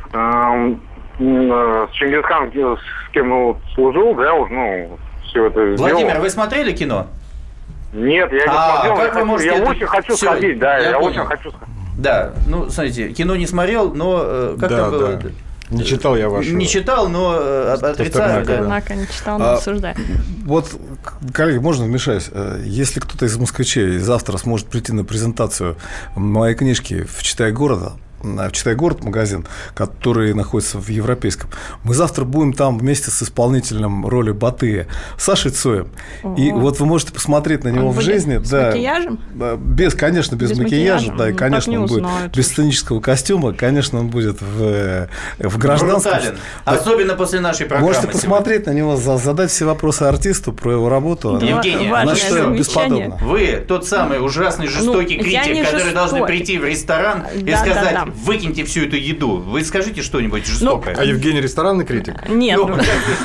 э, э, с Чингисханом, с кем он служил, да, вот, ну, все это
Владимир,
сделал.
вы смотрели кино?
Нет, я не
а,
смотрел,
как
я,
вы
хочу,
можете
я
это...
очень хочу
Всё,
сходить, да, я,
я
очень
понял.
хочу сходить.
Да, ну, смотрите, кино не смотрел, но э, как
да,
там было?
Да. Не читал я вашего.
Не читал, но э, отрицаю.
Да.
Однако не читал, но
А,
обсуждаю.
Вот, коллеги, можно вмешаюсь? Если кто-то из москвичей завтра сможет прийти на презентацию моей книжки в «Читай города», в «Читай город» магазин, который находится в Европейском. Мы завтра будем там вместе с исполнителем роли Батыя Сашей Цоем.
Ого.
И вот вы можете посмотреть на него
Он
в
будет
жизни.
с
да,
макияжем?
Без, конечно, без,
Без
макияжа,
макияжа?
да, и,
Ну,
конечно,
так
он
не
будет
узнают
без
уж.
сценического костюма, конечно, он будет в, в гражданском.
Брутален.
Да.
Особенно после нашей программы.
Можете
сегодня.
посмотреть на него, задать все вопросы артисту про его работу.
Да.
Евгения,
Важное
она что,
замечание.
бесподобна.
Вы тот самый ужасный, жестокий
Ну, я
критик,
не
который
жестокий.
должны прийти в ресторан и
Да,
сказать,
да, да.
выкиньте всю эту еду. Вы скажите что-нибудь жестокое.
А Евгений ресторанный критик?
Нет.
Ну,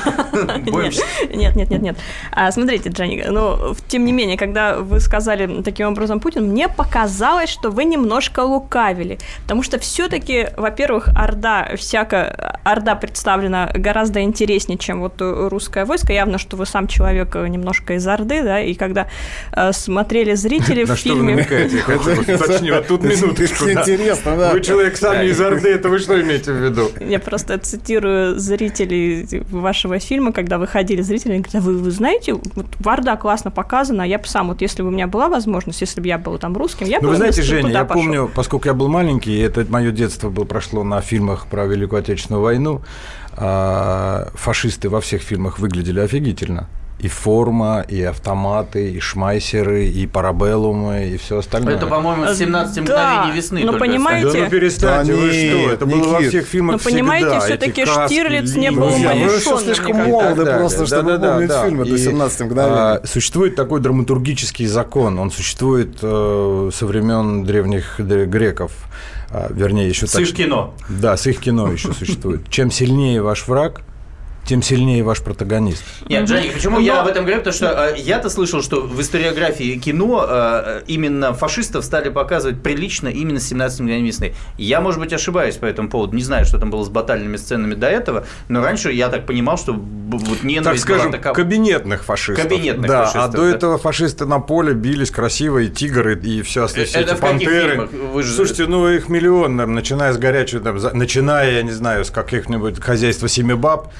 Нет, нет, нет, нет. А, смотрите, Джонни, ну, тем не менее, когда вы сказали таким образом Путин, мне показалось, что вы немножко лукавили. Потому что все-таки, во-первых, Орда, всяко, Орда представлена гораздо интереснее, чем вот русское войско. Явно, что вы сам человек немножко из Орды, да, и когда э, смотрели зрители в фильме...
На что вы намекаете? Я хочу уточнить, вот тут минуточку.
Интересно, да.
Вы человек сам из Орды, это вы что имеете в виду?
Я просто цитирую зрителей вашего фильма, когда выходили зрители, они говорят, вы, вы знаете, вот Орда классно показана, а я бы сам, вот если бы у меня была возможность, если бы я был там русским, я бы...
Ну, вы знаете, Женя, я
пошел.
помню, поскольку я был маленький, и это мое детство было, прошло на фильмах про Великую Отечественную войну, фашисты во всех фильмах выглядели офигительно. И форма, и автоматы, и шмайсеры, и парабеллумы, и все остальное.
Это, по-моему, семнадцать мгновений весны.
Но понимаете...
Да ну перестаньте,
да
вы
нет,
что? Это было во всех фильмах
но
всегда.
понимаете, все-таки Штирлиц не был умалишённым.
Вы что, слишком молоды просто, чтобы помнить фильмы до семнадцати мгновений.
Существует такой драматургический закон, он существует со времен древних греков. Вернее, еще
с их кино.
Да, с их кино еще существует. Чем сильнее ваш враг, тем сильнее ваш протагонист.
Нет, Джонни, почему Но... я об этом говорю? Потому что э, я-то слышал, что в историографии кино э, именно фашистов стали показывать прилично именно с семнадцати мгновений весны. Я, может быть, ошибаюсь по этому поводу. Не знаю, что там было с батальными сценами до этого, но раньше я так понимал, что вот ненависть
так скажем,
была такова.
кабинетных фашистов.
Кабинетных
да,
фашистов.
А до да. этого фашисты на поле бились красиво, и тигры, и все, все
это
эти
в
пантеры.
Вы же...
Слушайте, ну их миллион, наверное, начиная с горячего, там, начиная, я не знаю, с каких-нибудь хозяйства Семи баб,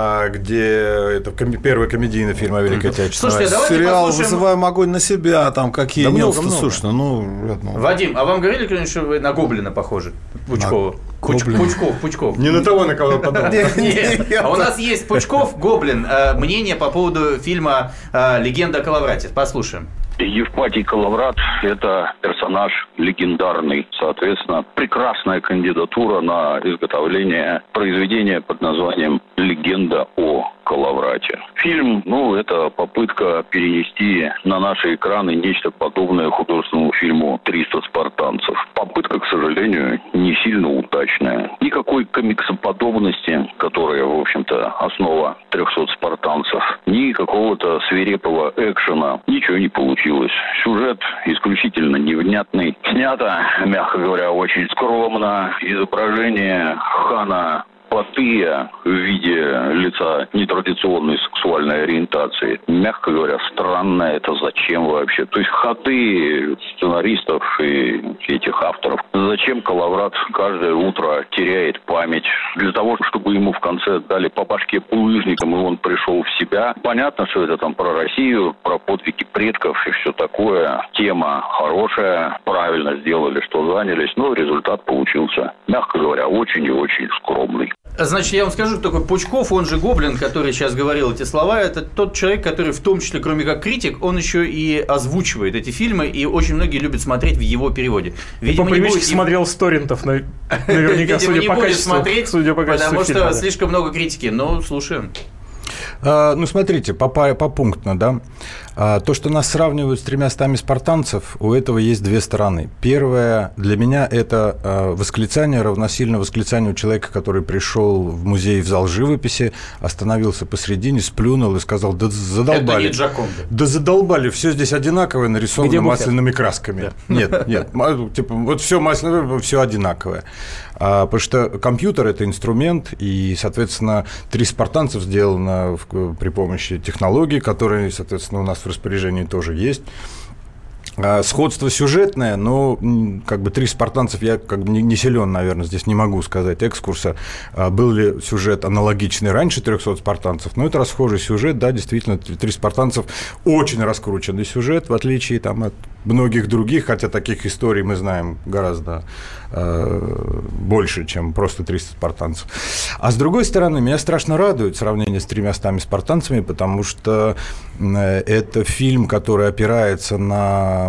где это первый комедийный фильм о Великой Отечественной.
Слушайте, давайте
сериал
послушаем...
«Вызываем огонь на себя», там какие
да
немцы,
много,
слушай, ну, ну...
Вадим, а вам говорили когда-нибудь, что вы на Гоблина похожи? Пучкова. Пуч... Пучков, Пучков.
Не на того, на кого подумал.
Нет, а у нас есть Пучков, Гоблин. Мнение по поводу фильма «Легенда о Коловрате». Послушаем.
Евпатий Коловрат – это персонаж легендарный. Соответственно, прекрасная кандидатура на изготовление произведения под названием «Легенда о Коловрате». Фильм, ну, это попытка перенести на наши экраны нечто подобное художественному фильму «триста спартанцев». Попытка, к сожалению, не сильно удачная. Никакой комиксоподобности, которая, в общем-то, основа трехсот спартанцев, ни какого-то свирепого экшена, ничего не получилось. Сюжет исключительно невнятный. Снято, мягко говоря, очень скромно. Изображение хана Батыя в виде лица нетрадиционной сексуальной ориентации, мягко говоря, странно. Это зачем вообще? То есть ходы сценаристов и этих авторов. Зачем Коловрат каждое утро теряет память? Для того, чтобы ему в конце дали по башке булыжником, и он пришел в себя. Понятно, что это там про Россию, про подвиги предков и все такое. Тема хорошая, правильно сделали, что занялись, но результат получился, мягко говоря, очень и очень скромный.
Значит, я вам скажу, что такой Пучков, он же Гоблин, который сейчас говорил эти слова, это тот человек, который в том числе, кроме как критик, он еще и озвучивает эти фильмы, и очень многие любят смотреть в его переводе.
Видимо, по привычке смотрел с торрентов, наверняка, судя по качеству, судя по качеству
потому
фильма,
что слишком много критики, но слушаем.
А, ну, смотрите, попунктно, да. А, то, что нас сравнивают с тремястами спартанцев, у этого есть две стороны. Первое, для меня, это а, восклицание равносильно восклицанию человека, который пришел в музей в зал живописи, остановился посредине, сплюнул и сказал: да задолбали. Это не Джаконда. Да задолбали, все здесь одинаковое, нарисовано масляными красками. Да. Нет, нет, типа, вот все масляное, все одинаковое. А, потому что компьютер – это инструмент, и, соответственно, три спартанцев сделано в, при помощи технологий, которые, соответственно, у нас в распоряжении тоже есть. А, сходство сюжетное, но как бы три спартанцев, я как бы не, не силен, наверное, здесь не могу сказать экскурса, а, был ли сюжет аналогичный раньше трехсот спартанцев, но это расхожий сюжет, да, действительно, три спартанцев очень раскрученный сюжет, в отличие там, от многих других, хотя таких историй мы знаем гораздо э, больше, чем просто триста спартанцев. А с другой стороны, меня страшно радует сравнение с тремястами спартанцами, потому что это фильм, который опирается на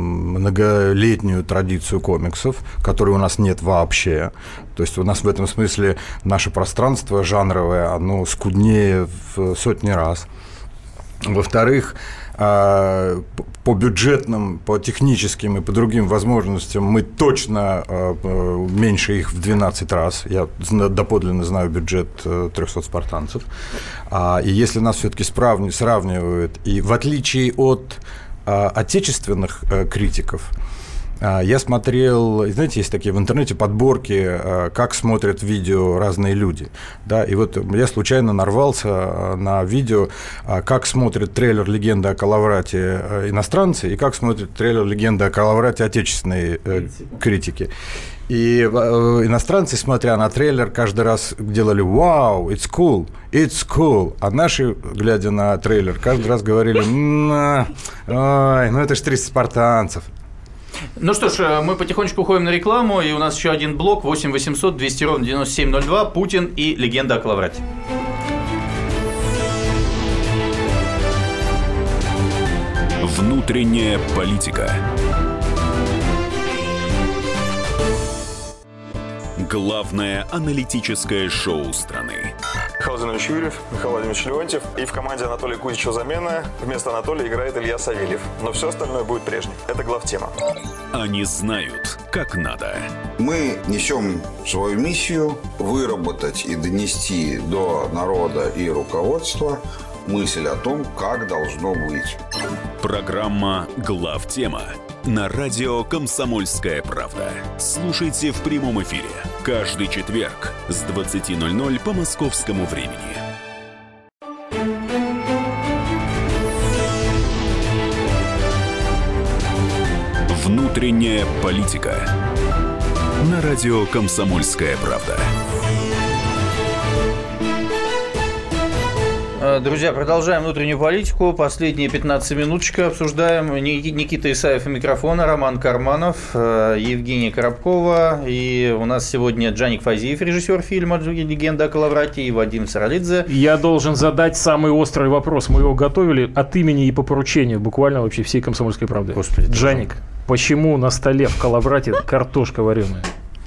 многолетнюю традицию комиксов, которой у нас нет вообще. То есть у нас в этом смысле наше пространство жанровое, оно скуднее в сотни раз. Во-вторых, по бюджетным, по техническим и по другим возможностям мы точно меньше их в двенадцать раз. Я доподлинно знаю бюджет трехсот спартанцев. И если нас все-таки сравнивают, и в отличие от отечественных критиков, я смотрел, знаете, есть такие в интернете подборки, как смотрят видео разные люди. Да, и вот я случайно нарвался на видео, как смотрят трейлер «Легенда о Калаврате» иностранцы и как смотрят трейлер «Легенда о Калаврате» отечественные критики. И иностранцы, смотря на трейлер, каждый раз делали «Вау, it's cool, it's cool», а наши, глядя на трейлер, каждый раз говорили «Ой, ну это ж триста спартанцев».
Ну что ж, мы потихонечку уходим на рекламу, и у нас еще один блок восемь восемьсот двести ровно девяносто семь ноль два. Путин и легенда о Калаврате.
Внутренняя политика. Главное аналитическое шоу страны.
Михаил Владимирович Юрьев, Михаил Владимирович Леонтьев. И в команде Анатолия Кузичева замена. Вместо Анатолия играет Илья Савельев. Но все остальное будет прежним. Это главтема.
Они знают, как надо.
Мы несем свою миссию выработать и донести до народа и руководства мысль о том, как должно быть.
Программа «Главтема» на радио «Комсомольская правда». Слушайте в прямом эфире каждый четверг с двадцати ноль-ноль по московскому времени. Внутренняя политика на радио «Комсомольская правда».
Друзья, продолжаем внутреннюю политику. Последние пятнадцать минуточек обсуждаем. Никита Исаев у микрофона, Роман Карманов, Евгения Коробкова. И у нас сегодня Джаник Фазиев, режиссер фильма «Легенда о Калаврате», и Вадим Саралидзе.
Я должен задать самый острый вопрос. Мы его готовили от имени и по поручению буквально вообще всей «Комсомольской правды». Господи, Джаник, почему на столе в Калаврате картошка вареная?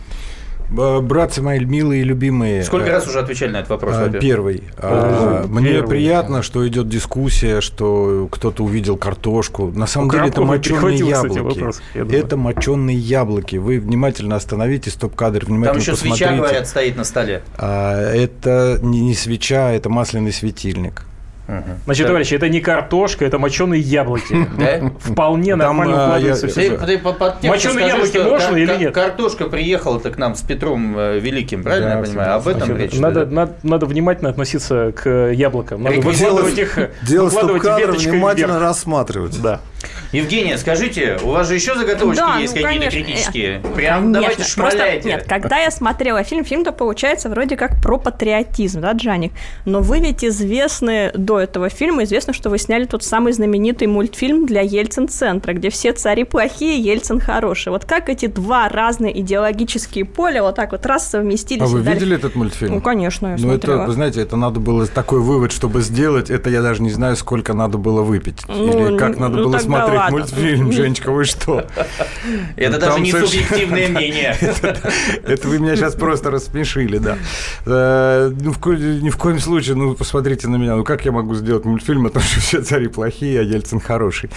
Братцы мои милые и любимые.
Сколько раз уже отвечали на этот вопрос?
Первый. О, Мне первый. приятно, что идет дискуссия, что кто-то увидел картошку. На самом деле это моченые яблоки. Вопрос, это моченые яблоки. Вы внимательно остановитесь, стоп-кадр, внимательно
Там еще
посмотрите.
Свеча, говорят, стоит на столе.
Это не свеча, это масляный светильник.
Угу. Значит, товарищи, это не картошка, это моченые яблоки. Да? Вполне нормально укладывается.
Моченые яблоки можно или нет? Картошка приехала-то к нам с Петром Великим, правильно я понимаю? Об этом речь.
Надо внимательно относиться к яблокам. Надо выкладывать их веточкой
внимательно рассматривать.
Да.
Евгения, скажите, у вас же еще заготовочки да, есть ну, какие-то критические? Прям конечно. Давайте шмаляйте.
Нет, когда я смотрела фильм, фильм-то получается вроде как про патриотизм, да, Джаник? Но вы ведь известны до этого фильма, известно, что вы сняли тот самый знаменитый мультфильм для Ельцин-центра, где все цари плохие, Ельцин хороший. Вот как эти два разные идеологические поля вот так вот раз совместились?
А вы дали... видели этот мультфильм?
Ну, конечно, я
ну,
смотрела.
Это, вы знаете, это надо было такой вывод, чтобы сделать, это я даже не знаю, сколько надо было выпить.
Ну,
или как надо
ну,
было смотреть
ладно.
мультфильм, Женечка, вы что?
Это даже не субъективное мнение.
Это вы меня сейчас просто рассмешили, да. Ни в коем случае, ну, посмотрите на меня, ну, как я могу сделать мультфильм о том, что все цари плохие, а Ельцин хороший?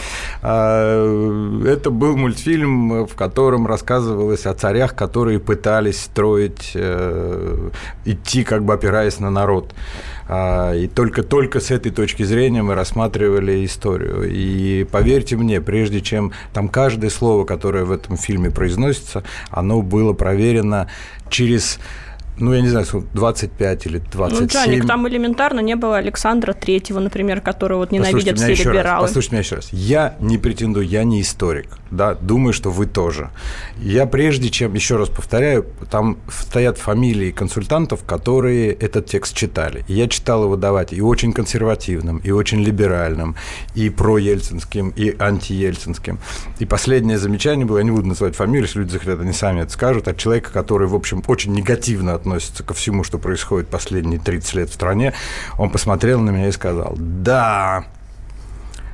Это был мультфильм, в котором рассказывалось о царях, которые пытались строить, идти, как бы опираясь на народ. И только-только с этой точки зрения мы рассматривали историю. И поверьте мне, прежде чем там каждое слово, которое в этом фильме произносится, оно было проверено через... Ну, я не знаю, двадцать пять или двадцать семь.
Ну, Джаник, там элементарно не было Александра Третьего, например, которого вот ненавидят все либералы.
Раз, послушайте меня еще раз. Я не претендую, я не историк. Да, думаю, что вы тоже. Я прежде чем, еще раз повторяю, там стоят фамилии консультантов, которые этот текст читали. И я читал его давать и очень консервативным, и очень либеральным, и проельцинским, и антиельцинским. И последнее замечание было, я не буду называть фамилию, если люди захотят, они сами это скажут, от человека, который, в общем, очень негативно относится относится ко всему, что происходит последние тридцать лет в стране, он посмотрел на меня и сказал: да,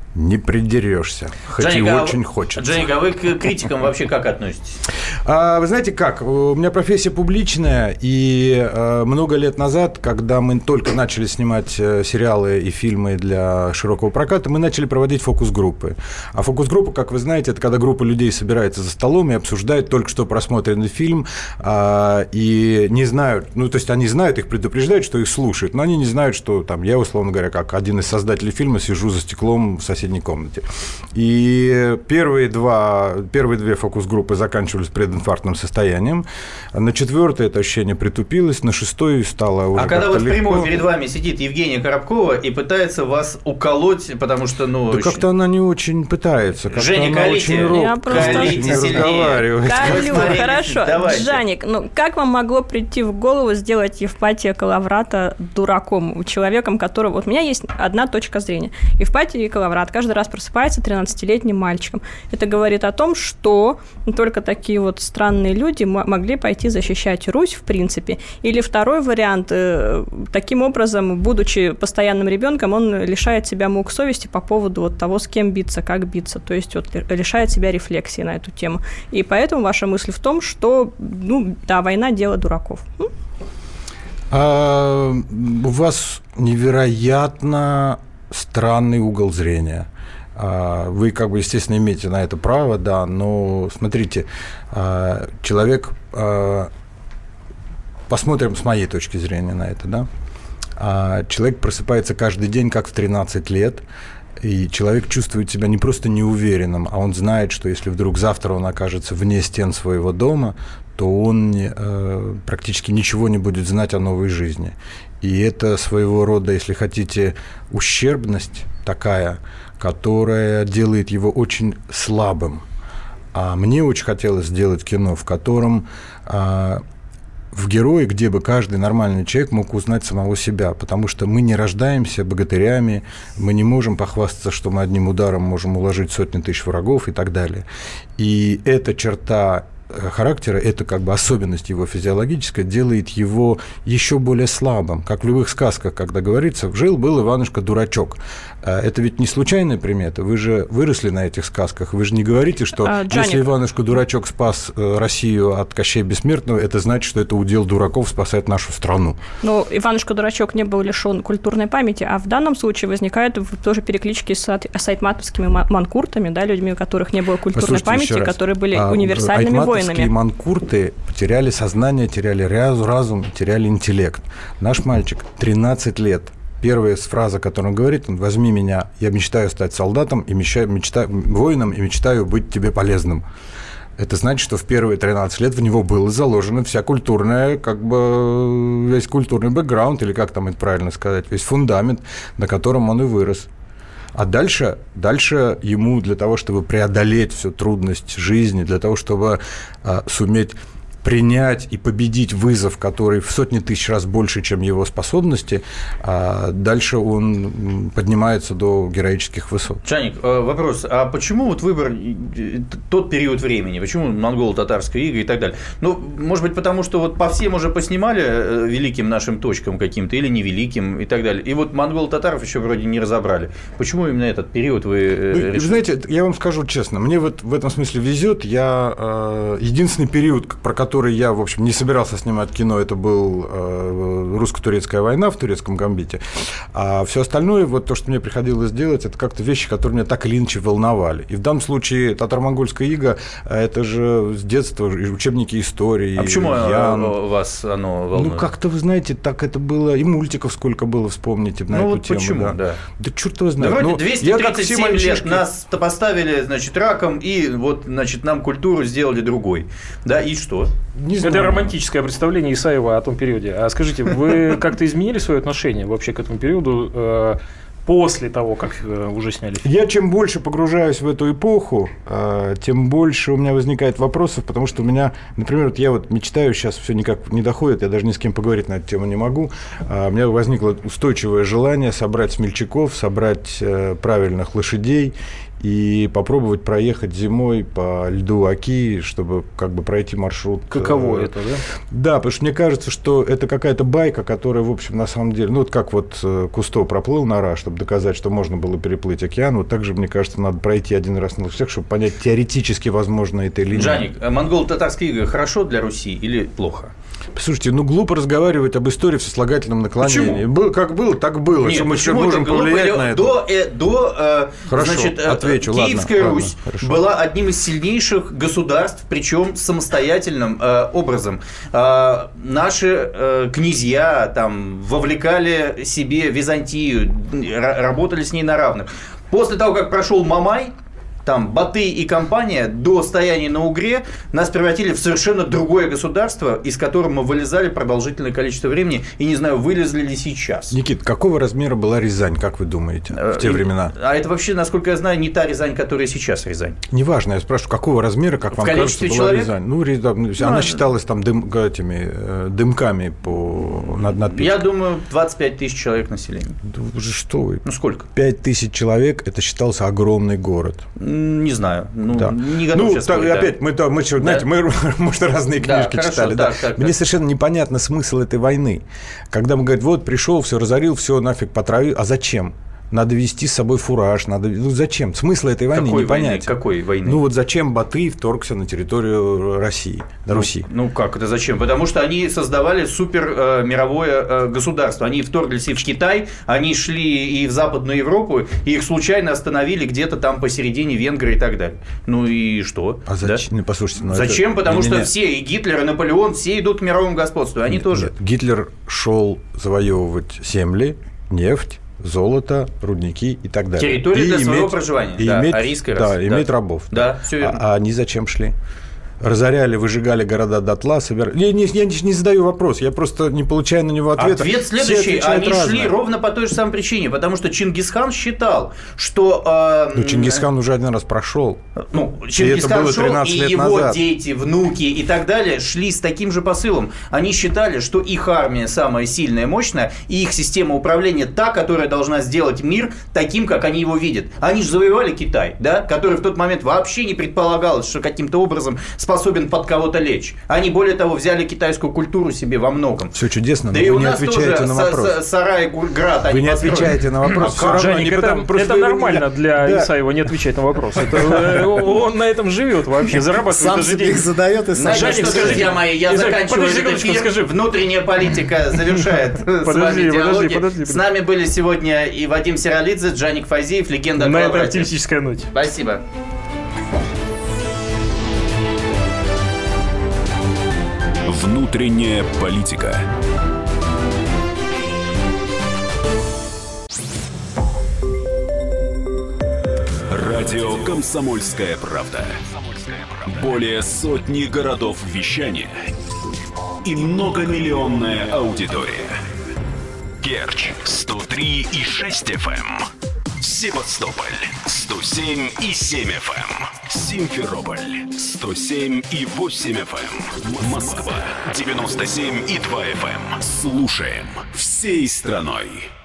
Не придерешься, хоть
Джаник,
и
а
очень
вы,
хочется.
Джаник, а вы к критикам вообще как относитесь?
А, вы знаете как, у меня профессия публичная, и а, много лет назад, когда мы только начали снимать сериалы и фильмы для широкого проката, мы начали проводить фокус-группы. А фокус-группа, как вы знаете, это когда группа людей собирается за столом и обсуждает только что просмотренный фильм, а, и не знают, ну, то есть они знают, их предупреждают, что их слушают, но они не знают, что там я, условно говоря, как один из создателей фильма, сижу за стеклом в соседней комнате. И первые, два, первые две фокус-группы заканчивались прединфарктным состоянием. На четвертой это ощущение притупилось, на шестой стало уже.
А когда вот
легко.
прямой перед вами сидит Евгения Коробкова и пытается вас уколоть, потому что, ну...
Да как-то она не очень пытается. Как-то
Женя,
она
колите.
очень роб...
Я просто...
Колите
сильнее.
Колю, хорошо.
Давайте.
Жаник, ну как вам могло прийти в голову сделать Евпатия Коловрата дураком, человеком, которого... Вот у меня есть одна точка зрения. Евпатий Коловрат каждый раз просыпается тринадцатилетним мальчиком. Это говорит о том, что только такие вот странные люди могли пойти защищать Русь, в принципе. Или второй вариант, таким образом, будучи постоянным ребенком, он лишает себя мук совести по поводу вот того, с кем биться, как биться. То есть вот лишает себя рефлексии на эту тему. И поэтому ваша мысль в том, что, ну, да, война – дело дураков.
А, у вас невероятно странный угол зрения. Вы, как бы, естественно, имеете на это право, да, но смотрите, человек, посмотрим с моей точки зрения на это, да, человек просыпается каждый день, как в тринадцать лет, и человек чувствует себя не просто неуверенным, а он знает, что если вдруг завтра он окажется вне стен своего дома, то он э, практически ничего не будет знать о новой жизни. И это своего рода, если хотите, ущербность такая, которая делает его очень слабым. А мне очень хотелось сделать кино, в котором а, в герое, где бы каждый нормальный человек мог узнать самого себя, потому что мы не рождаемся богатырями, мы не можем похвастаться, что мы одним ударом можем уложить сотни тысяч врагов и так далее. И эта черта характера, это как бы особенность его физиологическая, делает его еще более слабым. Как в любых сказках, когда говорится, жил-был Иванушка-дурачок. Это ведь не случайная примета. Вы же выросли на этих сказках. Вы же не говорите, что а, если Иванушка-дурачок спас Россию от Кощея Бессмертного, это значит, что это удел дураков спасать нашу страну.
Но Иванушка-дурачок не был лишен культурной памяти, а в данном случае возникают тоже переклички с сайтматовскими манкуртами, да, людьми, у которых не было культурной памяти, которые были а, универсальными воинами.
Манкурты потеряли сознание, теряли разум, теряли интеллект. Наш мальчик тринадцать лет. Первая фраза, которую он говорит, он: возьми меня, я мечтаю стать солдатом, и мечтаю, мечтаю, воином, и мечтаю быть тебе полезным. Это значит, что в первые тринадцать лет в него было заложено вся культурная, как бы, весь культурный бэкграунд, или как там это правильно сказать, весь фундамент, на котором он и вырос. А дальше, дальше ему для того, чтобы преодолеть всю трудность жизни, для того, чтобы а, суметь принять и победить вызов, который в сотни тысяч раз больше, чем его способности, а дальше он поднимается до героических высот.
Джаник, вопрос, а почему вот выбор, тот период времени, почему монголо-татарская ига и так далее? Ну, может быть, потому что вот по всем уже поснимали великим нашим точкам каким-то или невеликим и так далее, и вот монголо-татаров еще вроде не разобрали. Почему именно этот период вы решили?
Вы знаете, я вам скажу честно, мне вот в этом смысле везет. Я э, единственный период, про который который я, в общем, не собирался снимать кино, это был э, русско-турецкая война в турецком гамбите. А все остальное, вот то, что мне приходилось делать, это как-то вещи, которые меня так или иначе волновали. И в данном случае татаро-монгольская ига, это же с детства учебники истории.
А почему
Ян.
вас оно волнует?
Ну, как-то, вы знаете, так это было, и мультиков сколько было, вспомните, на
ну,
эту
вот
тему.
почему,
да.
да.
Да черт его знает.
Да, вроде
ну,
двести тридцать семь лет нас поставили, значит, раком, и вот, значит, нам культуру сделали другой. Да, и что?
Не знаю. Это романтическое представление Исаева о том периоде. А скажите, вы как-то изменили свое отношение вообще к этому периоду э, после того, как э, уже сняли фильм?
Я чем больше погружаюсь в эту эпоху, э, тем больше у меня возникает вопросов, потому что у меня, например, вот я вот мечтаю, сейчас все никак не доходит, я даже ни с кем поговорить на эту тему не могу, э, у меня возникло устойчивое желание собрать смельчаков, собрать э, правильных лошадей и попробовать проехать зимой по льду Оки, чтобы как бы пройти маршрут.
Каково это, да?
Да, потому что мне кажется, что это какая-то байка, которая, в общем, на самом деле, ну вот как вот Кусто проплыл на Ра, чтобы доказать, что можно было переплыть океан, вот так же, мне кажется, надо пройти один раз на лошадях, чтобы понять, теоретически возможно это или нет.
Джаник, монголо-татарские игры хорошо для Руси или плохо?
Слушайте, ну глупо разговаривать об истории в сослагательном наклонении. Был, как было, так было.
Нет,
что мы еще
почему
можем
это глупо?
повлиять на это?
До, э, до э,
Хорошо,
значит, э,
отвечу,
Киевская
ладно,
Русь
ладно,
была одним из сильнейших государств, причем самостоятельным э, образом. Э, наши э, князья там вовлекали себе Византию, работали с ней на равных. После того, как прошел Мамай, там Батый и компания до стояния на Угре нас превратили в совершенно другое государство, из которого мы вылезали продолжительное количество времени, и не знаю, вылезли ли сейчас.
Никит, какого размера была Рязань, как вы думаете, в те времена?
А это вообще, насколько я знаю, не та Рязань, которая сейчас Рязань.
Неважно, я спрашиваю, какого размера, как вам кажется, была
человек?
Рязань? Ну, Рязань, она
ну,
считалась там дым, этими дымками по, над, над Питером.
Я думаю, двадцать пять тысяч человек населения.
Да вы же что вы?
Ну, сколько?
пять тысяч человек, это считался огромный город.
Не знаю. Ну,
да.
не готов
ну
сейчас
так,
сказать,
опять,
да.
мы, мы, мы, знаете,
да.
мы, может, разные
да,
книжки
хорошо,
читали.
так,
да.
так,
Мне
так.
совершенно непонятно смысл этой войны. Когда мы говорим, вот, пришел, все разорил, все нафиг потравил. А зачем? Надо везти с собой фураж, надо... Ну, зачем? Смысл этой войны
Какой
непонятен.
Войны? Какой войны?
Ну, вот зачем Батый вторгся на территорию России, на
ну,
Руси?
Ну, как это зачем? Потому что они создавали супер э, мировое э, государство. Они вторглись и в Китай, они шли и в Западную Европу, и их случайно остановили где-то там посередине Венгрии и так далее. Ну и что?
А зачем? Да? Ну, послушайте, ну
зачем?
Это...
Потому
не,
что
не, не.
все, и Гитлер, и Наполеон, все идут к мировому господству. Они
нет,
тоже.
Нет. Гитлер шел завоевывать земли, нефть, золото, рудники и так далее.
Территория
и
для
иметь,
своего проживания.
И
да,
иметь,
арийская
да,
раса.
иметь
да.
рабов.
Да, да. Все верно.
А, а они зачем шли? Разоряли, выжигали города дотла, собирали. Я не, я не задаю вопрос, я просто не получаю на него ответа.
Ответ следующий. Они разное. шли ровно по той же самой причине, потому что Чингисхан считал, что... Э,
ну, Чингисхан уже один раз прошел.
Ну, Чингисхан
и
шел, и его
назад.
дети, внуки и так далее шли с таким же посылом. Они считали, что их армия самая сильная, мощная, и их система управления та, которая должна сделать мир таким, как они его видят. Они же завоевали Китай, да, который в тот момент вообще не предполагалось, что каким-то образом способен под кого-то лечь. Они, более того, взяли китайскую культуру себе во многом.
Все чудесно,
да
но
и
вы
у
не
нас
отвечаете
тоже
на вопрос.
Сарай, град,
вы не отвечаете на вопрос.
А Джаник, это, это нормально для да. Исаева не отвечать на вопрос. Это, он на этом живет вообще, зарабатывает
сам
даже
себе
деньги.
их задает и сам.
Знаете, что, друзья мои, я заканчиваю этот эфир.
Скажи.
Внутренняя политика завершает с вами диалоги. С нами были сегодня и Вадим Сиролидзе, Джаник Фазиев, легенда о Коловрате.
На этой оптимистической ноте.
Спасибо.
Внутренняя политика. Радио «Комсомольская правда». Более сотни городов вещания и многомиллионная аудитория. Керчь сто три и шесть эф эм. Севастополь сто семь и семь эф эм. Симферополь сто семь и восемь эф эм. Москва девяносто семь и два эф эм. Слушаем всей страной.